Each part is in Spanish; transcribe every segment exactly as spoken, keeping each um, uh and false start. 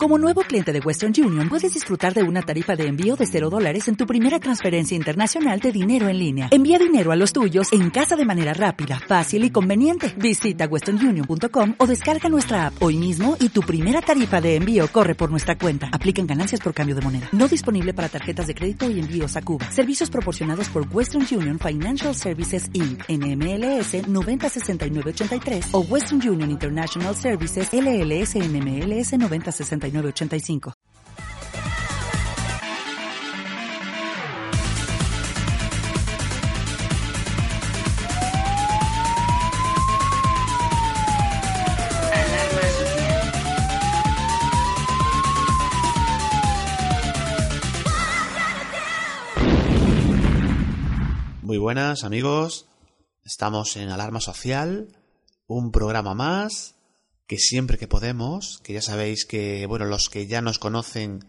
Como nuevo cliente de Western Union, puedes disfrutar de una tarifa de envío de cero dólares en tu primera transferencia internacional de dinero en línea. Envía dinero a los tuyos en casa de manera rápida, fácil y conveniente. Visita western union punto com o descarga nuestra app hoy mismo y tu primera tarifa de envío corre por nuestra cuenta. Aplican ganancias por cambio de moneda. No disponible para tarjetas de crédito y envíos a Cuba. Servicios proporcionados por Western Union Financial Services incorporated. N M L S noventa sesenta y nueve ochenta y tres o Western Union International Services L L S N M L S noventa sesenta y nueve ochenta y cinco. Muy buenas amigos, estamos en Alarma Social, un programa más que siempre que podemos, que ya sabéis que, bueno, los que ya nos conocen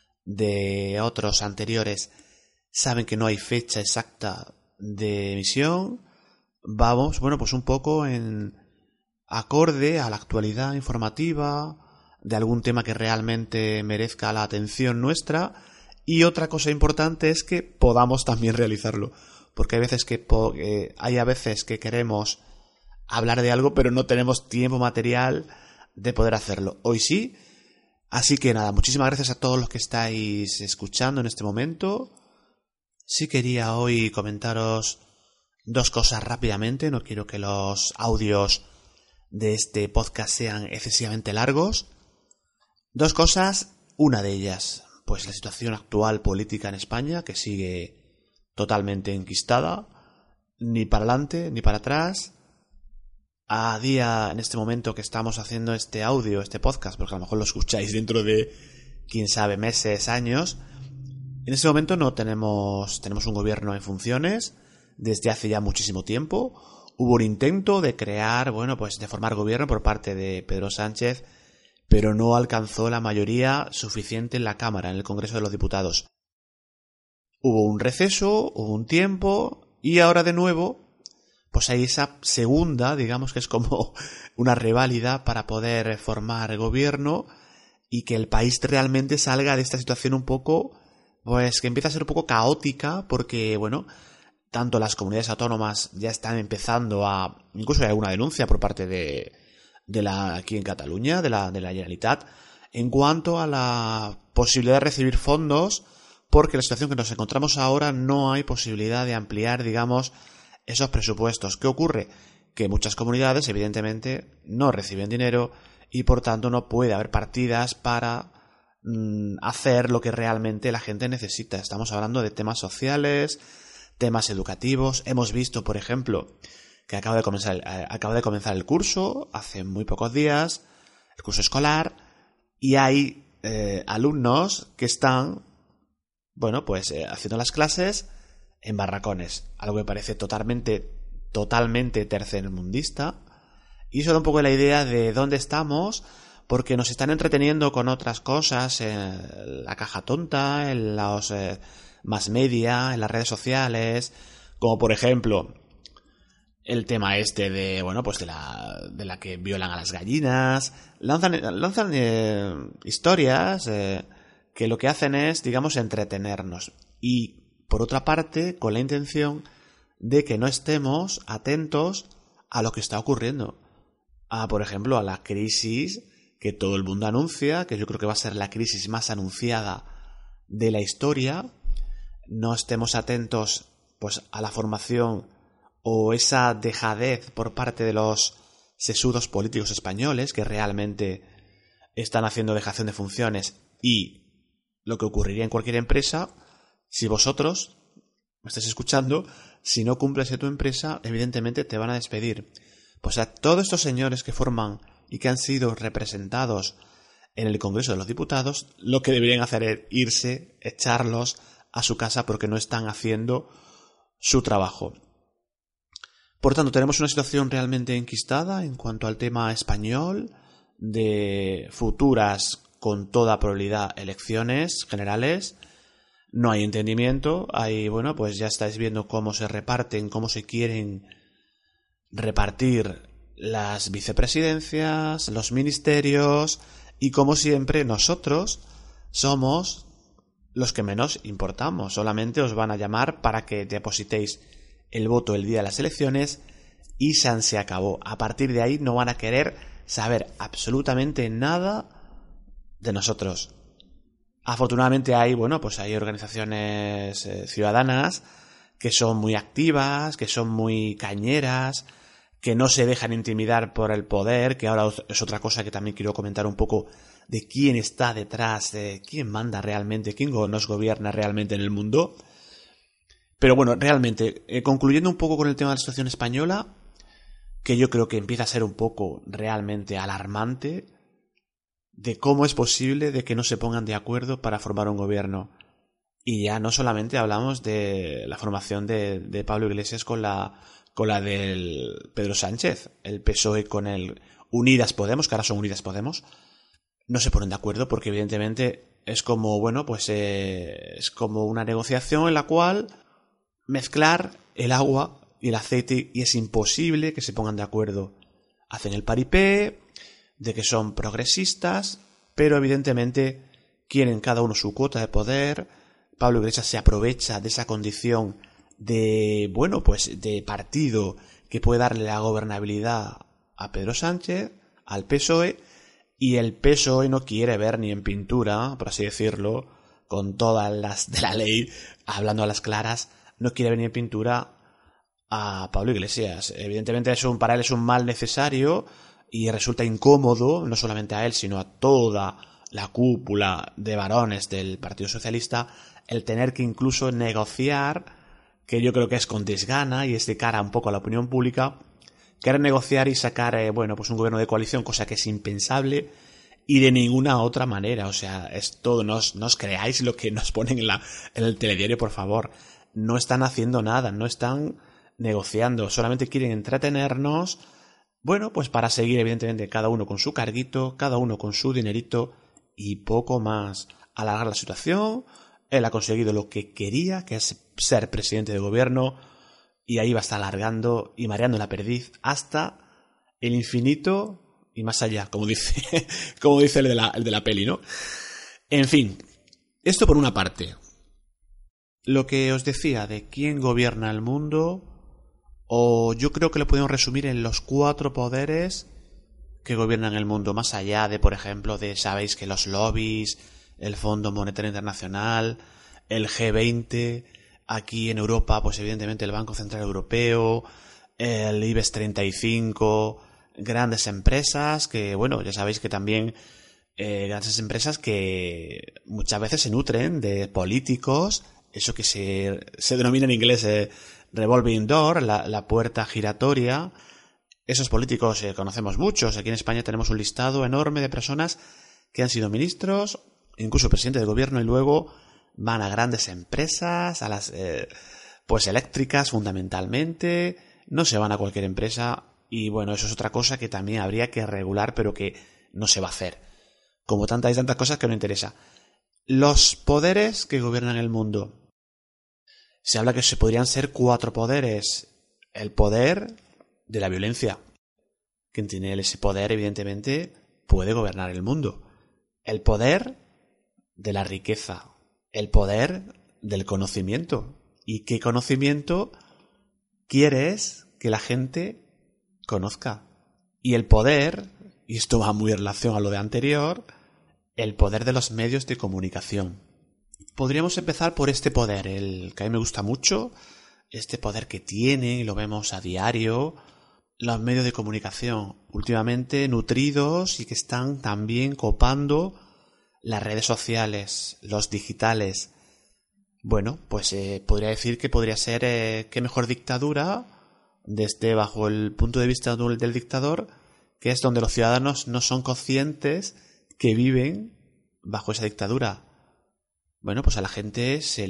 de otros anteriores saben que no hay fecha exacta de emisión, vamos, bueno, pues un poco en acorde a la actualidad informativa de algún tema que realmente merezca la atención nuestra, y otra cosa importante es que podamos también realizarlo. Porque hay veces que po- eh, hay a veces que queremos hablar de algo, pero no tenemos tiempo material de poder hacerlo. Hoy sí. Así que nada, muchísimas gracias a todos los que estáis escuchando en este momento. Sí quería hoy comentaros dos cosas rápidamente. No quiero que los audios de este podcast sean excesivamente largos. Dos cosas. Una de ellas, pues la situación actual política en España, que sigue totalmente enquistada, ni para adelante ni para atrás. A día, en este momento que estamos haciendo este audio, este podcast, porque a lo mejor lo escucháis dentro de, quién sabe, meses, años, en este momento no tenemos, tenemos un gobierno en funciones desde hace ya muchísimo tiempo. Hubo un intento de crear, bueno, pues de formar gobierno por parte de Pedro Sánchez, pero no alcanzó la mayoría suficiente en la Cámara, en el Congreso de los Diputados. Hubo un receso, hubo un tiempo, y ahora de nuevo, pues hay esa segunda, digamos que es como una reválida para poder formar gobierno y que el país realmente salga de esta situación un poco, pues que empieza a ser un poco caótica, porque, bueno, tanto las comunidades autónomas ya están empezando a, incluso hay alguna denuncia por parte de, de la, aquí en Cataluña, de la, de la Generalitat, en cuanto a la posibilidad de recibir fondos, porque la situación que nos encontramos ahora no hay posibilidad de ampliar, digamos, esos presupuestos. ¿Qué ocurre? Que muchas comunidades, evidentemente, no reciben dinero y, por tanto, no puede haber partidas para mmm, hacer lo que realmente la gente necesita. Estamos hablando de temas sociales, temas educativos. Hemos visto, por ejemplo, que acaba de comenzar el, eh, acaba de comenzar el curso hace muy pocos días, el curso escolar, y hay eh, alumnos que están, bueno, pues eh, haciendo las clases en barracones, algo que me parece totalmente, totalmente tercermundista, y eso da un poco la idea de dónde estamos, porque nos están entreteniendo con otras cosas, en la caja tonta, en los eh, mass media, en las redes sociales, como por ejemplo el tema este de, bueno, pues de la, de la que violan a las gallinas, lanzan, lanzan eh, historias eh, que lo que hacen es, digamos, entretenernos. Y, por otra parte, con la intención de que no estemos atentos a lo que está ocurriendo. A, por ejemplo, a la crisis que todo el mundo anuncia, que yo creo que va a ser la crisis más anunciada de la historia. No estemos atentos, pues, a la formación o esa dejadez por parte de los sesudos políticos españoles que realmente están haciendo dejación de funciones, y lo que ocurriría en cualquier empresa si vosotros me estáis escuchando, si no cumples en tu empresa, evidentemente te van a despedir. Pues a todos estos señores que forman y que han sido representados en el Congreso de los Diputados, lo que deberían hacer es irse, echarlos a su casa porque no están haciendo su trabajo. Por tanto, tenemos una situación realmente enquistada en cuanto al tema español, de futuras, con toda probabilidad, elecciones generales. No hay entendimiento, hay, bueno, pues ya estáis viendo cómo se reparten, cómo se quieren repartir las vicepresidencias, los ministerios, Y como siempre, nosotros somos los que menos importamos. Solamente os van a llamar para que depositéis el voto el día de las elecciones y san se acabó. A partir de ahí no van a querer saber absolutamente nada de nosotros. Afortunadamente hay, bueno, pues hay organizaciones eh, ciudadanas que son muy activas, que son muy cañeras, que no se dejan intimidar por el poder, que ahora es otra cosa que también quiero comentar un poco de quién está detrás, de quién manda realmente, quién nos gobierna realmente en el mundo. Pero bueno, realmente, eh, concluyendo un poco con el tema de la situación española, que yo creo que empieza a ser un poco realmente alarmante, de cómo es posible de que no se pongan de acuerdo para formar un gobierno. Y ya no solamente hablamos de la formación de, de Pablo Iglesias con la, con la del Pedro Sánchez, el P S O E con el Unidas Podemos, que ahora son Unidas Podemos, no se ponen de acuerdo porque evidentemente es como, bueno, pues eh, es como una negociación en la cual mezclar el agua y el aceite y es imposible que se pongan de acuerdo. Hacen el paripé de que son progresistas, pero evidentemente quieren cada uno su cuota de poder. Pablo Iglesias se aprovecha de esa condición de, bueno, pues de partido que puede darle la gobernabilidad a Pedro Sánchez, al P S O E, y el P S O E no quiere ver ni en pintura, por así decirlo, con todas las de la ley, hablando a las claras, no quiere ver ni en pintura a Pablo Iglesias. Evidentemente es un, para él es un mal necesario y resulta incómodo, no solamente a él, sino a toda la cúpula de varones del Partido Socialista, el tener que incluso negociar, que yo creo que es con desgana y es de cara un poco a la opinión pública, querer negociar y sacar, eh, bueno, pues un gobierno de coalición, cosa que es impensable y de ninguna otra manera. O sea, es todo, no os, no os creáis lo que nos ponen en, la, en el telediario, por favor. No están haciendo nada, no están negociando, solamente quieren entretenernos, bueno, pues para seguir evidentemente cada uno con su carguito, cada uno con su dinerito y poco más. Alargar la situación, él ha conseguido lo que quería, que es ser presidente de gobierno, y ahí va a estar alargando y mareando la perdiz hasta el infinito y más allá, como dice, como dice el de la, el de la peli, ¿no? En fin, esto por una parte. Lo que os decía de quién gobierna el mundo, o yo creo que lo podemos resumir en los cuatro poderes que gobiernan el mundo, más allá de, por ejemplo, de, sabéis que los lobbies, el Fondo Monetario Internacional, el G veinte, aquí en Europa, pues evidentemente el Banco Central Europeo, el IBEX treinta y cinco, grandes empresas que, bueno, ya sabéis que también eh, grandes empresas que muchas veces se nutren de políticos, eso que se, se denomina en inglés eh, revolving door, la, la puerta giratoria. Esos políticos eh, conocemos muchos. Aquí en España tenemos un listado enorme de personas que han sido ministros, incluso presidente de gobierno, y luego van a grandes empresas, a las eh, pues eléctricas fundamentalmente, no se van a cualquier empresa, y bueno, eso es otra cosa que también habría que regular, pero que no se va a hacer. Como tantas y tantas cosas que no interesa. Los poderes que gobiernan el mundo. Se habla que se podrían ser cuatro poderes. El poder de la violencia. Quien tiene ese poder, evidentemente, puede gobernar el mundo. El poder de la riqueza. El poder del conocimiento. ¿Y qué conocimiento quieres que la gente conozca? Y el poder, y esto va muy en relación a lo de anterior, el poder de los medios de comunicación. Podríamos empezar por este poder, el que a mí me gusta mucho, este poder que tiene, y lo vemos a diario, los medios de comunicación, últimamente nutridos y que están también copando las redes sociales, los digitales. Bueno, pues eh, podría decir que podría ser eh, qué mejor dictadura, desde bajo el punto de vista del dictador, que es donde los ciudadanos no son conscientes que viven bajo esa dictadura. Bueno, pues a la gente se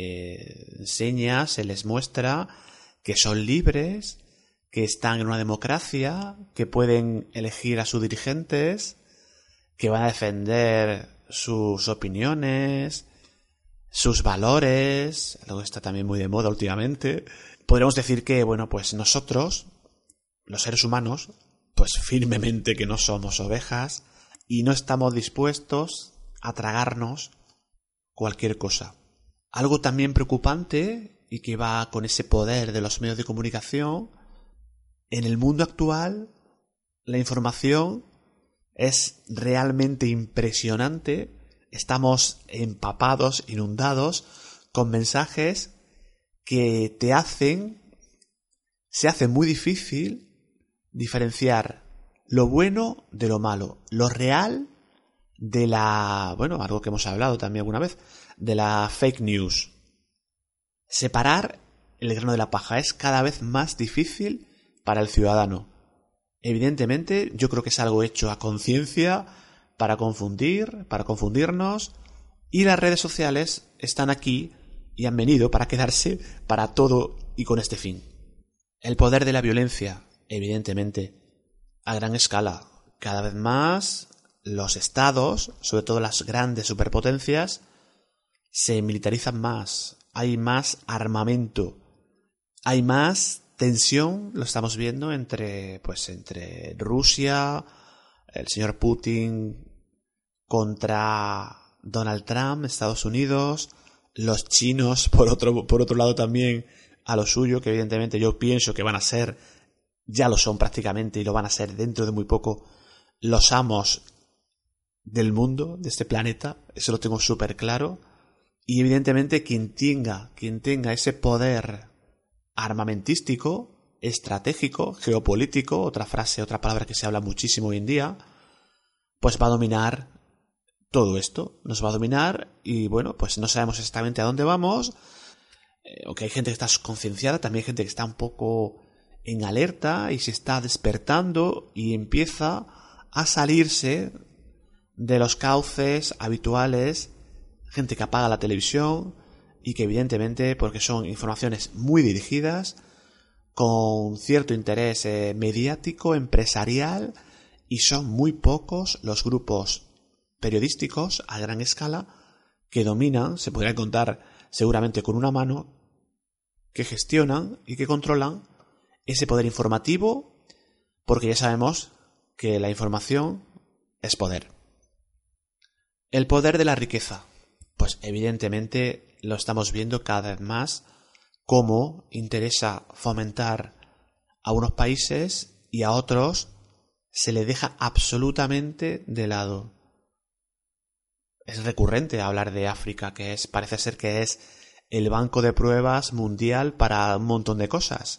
le enseña, se les muestra que son libres, que están en una democracia, que pueden elegir a sus dirigentes, que van a defender sus opiniones, sus valores, algo que está también muy de moda últimamente. Podríamos decir que, bueno, pues nosotros, los seres humanos, pues firmemente que no somos ovejas, y no estamos dispuestos a tragarnos cualquier cosa. Algo también preocupante y que va con ese poder de los medios de comunicación, en el mundo actual la información es realmente impresionante. Estamos empapados, inundados con mensajes que te hacen, se hace muy difícil diferenciar lo bueno de lo malo, lo real de la, bueno, algo que hemos hablado también alguna vez, de la fake news. Separar el grano de la paja es cada vez más difícil para el ciudadano. Evidentemente, yo creo que es algo hecho a conciencia para confundir, para confundirnos, y las redes sociales están aquí y han venido para quedarse para todo y con este fin. El poder de la violencia, evidentemente, a gran escala. Cada vez más los estados, sobre todo las grandes superpotencias, se militarizan más, hay más armamento, hay más tensión, lo estamos viendo entre, pues, entre Rusia, el señor Putin contra Donald Trump, Estados Unidos, los chinos por otro, por otro lado también a lo suyo, que evidentemente yo pienso que van a ser, ya lo son prácticamente y lo van a ser dentro de muy poco, los amos del mundo, de este planeta, eso lo tengo súper claro. Y evidentemente quien tenga, quien tenga ese poder armamentístico, estratégico, geopolítico, otra frase, otra palabra que se habla muchísimo hoy en día, pues va a dominar todo esto, nos va a dominar y bueno, pues no sabemos exactamente a dónde vamos, eh, aunque hay gente que está concienciada, también hay gente que está un poco en alerta y se está despertando y empieza a salirse de los cauces habituales, gente que apaga la televisión y que evidentemente, porque son informaciones muy dirigidas, con cierto interés eh, mediático, empresarial, y son muy pocos los grupos periodísticos a gran escala que dominan, se podría contar seguramente con una mano, que gestionan y que controlan ese poder informativo, porque ya sabemos que la información es poder. El poder de la riqueza. Pues evidentemente lo estamos viendo cada vez más cómo interesa fomentar a unos países y a otros se le deja absolutamente de lado. Es recurrente hablar de África, que es, parece ser que es el banco de pruebas mundial para un montón de cosas.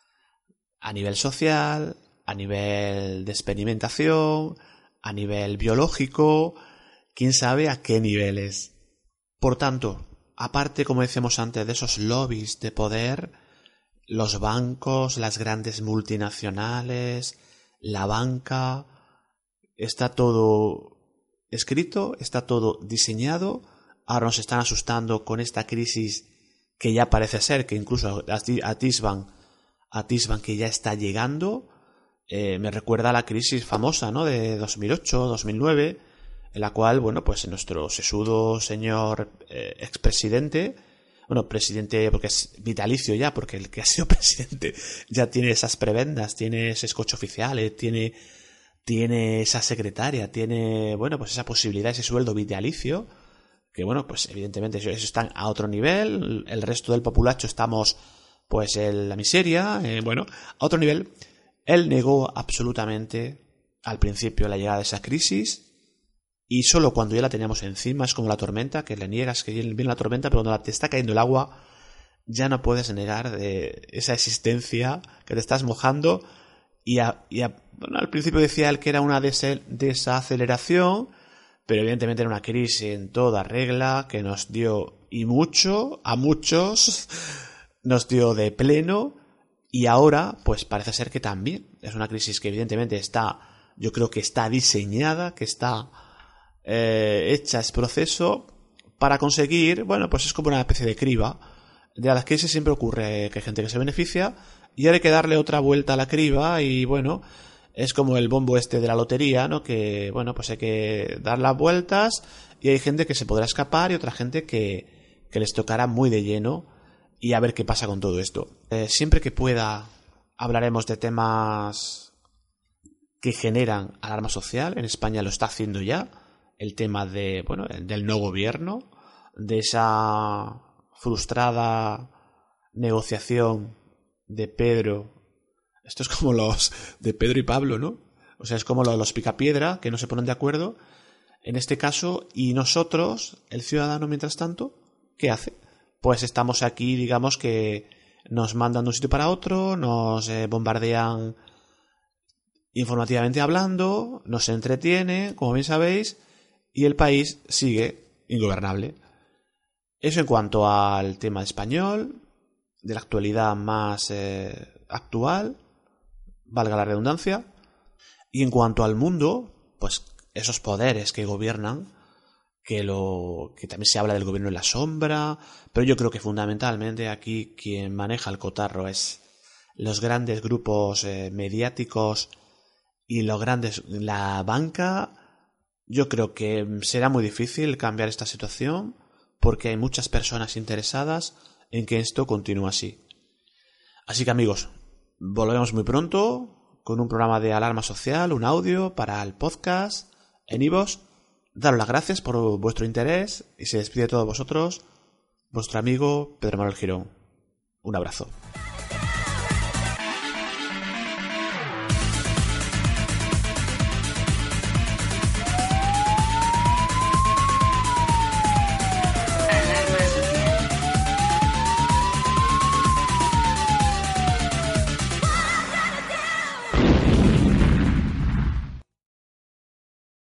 A nivel social, a nivel de experimentación, a nivel biológico, quién sabe a qué niveles. Por tanto, aparte, como decíamos antes, de esos lobbies de poder, los bancos, las grandes multinacionales, la banca, está todo escrito, está todo diseñado. Ahora nos están asustando con esta crisis que ya parece ser, que incluso atisban, atisban que ya está llegando. Eh, me recuerda a la crisis famosa, ¿no?, de dos mil ocho, dos mil nueve, en la cual, bueno, pues nuestro sesudo señor eh, expresidente, bueno, presidente porque es vitalicio ya, porque el que ha sido presidente ya tiene esas prebendas, tiene ese escocho oficial, tiene, tiene esa secretaria, tiene, bueno, pues esa posibilidad, ese sueldo vitalicio, que bueno, pues evidentemente eso, eso están a otro nivel, el resto del populacho estamos pues en la miseria, eh, bueno, a otro nivel. Él negó absolutamente al principio la llegada de esa crisis, y solo cuando ya la teníamos encima, es como la tormenta, que le niegas que viene la tormenta, pero cuando te está cayendo el agua, ya no puedes negar de esa existencia, que te estás mojando. Y, a, y a, bueno, al principio decía él que era una des- desaceleración, pero evidentemente era una crisis en toda regla, que nos dio, y mucho, a muchos, nos dio de pleno, y ahora, pues parece ser que también es una crisis que evidentemente está, yo creo que está diseñada, que está Eh, hecha ese proceso para conseguir, bueno, pues es como una especie de criba. De las crisis siempre ocurre que hay gente que se beneficia y ahora hay que darle otra vuelta a la criba y bueno, es como el bombo este de la lotería, ¿no? Que bueno, pues hay que dar las vueltas y hay gente que se podrá escapar y otra gente que, que les tocará muy de lleno y a ver qué pasa con todo esto. Eh, siempre que pueda hablaremos de temas que generan alarma social. En España lo está haciendo ya. El tema de, bueno, del no gobierno, de esa frustrada negociación de Pedro. Esto es como los de Pedro y Pablo, ¿no? O sea, es como los, los picapiedra que no se ponen de acuerdo en este caso, y nosotros, el ciudadano, mientras tanto, ¿qué hace? Pues estamos aquí, digamos que nos mandan de un sitio para otro, nos eh, bombardean informativamente hablando, nos entretiene, como bien sabéis, y el país sigue ingobernable. Eso en cuanto al tema español, de la actualidad más eh, actual, valga la redundancia. Y en cuanto al mundo, pues esos poderes que gobiernan, que lo que también se habla del gobierno en la sombra, pero yo creo que fundamentalmente aquí quien maneja el cotarro es los grandes grupos eh, mediáticos y los grandes, la banca. Yo creo que será muy difícil cambiar esta situación porque hay muchas personas interesadas en que esto continúe así. Así que amigos, volvemos muy pronto con un programa de alarma social, un audio para el podcast en iVoox. Daros las gracias por vuestro interés y se despide de todos vosotros vuestro amigo Pedro Manuel Girón. Un abrazo.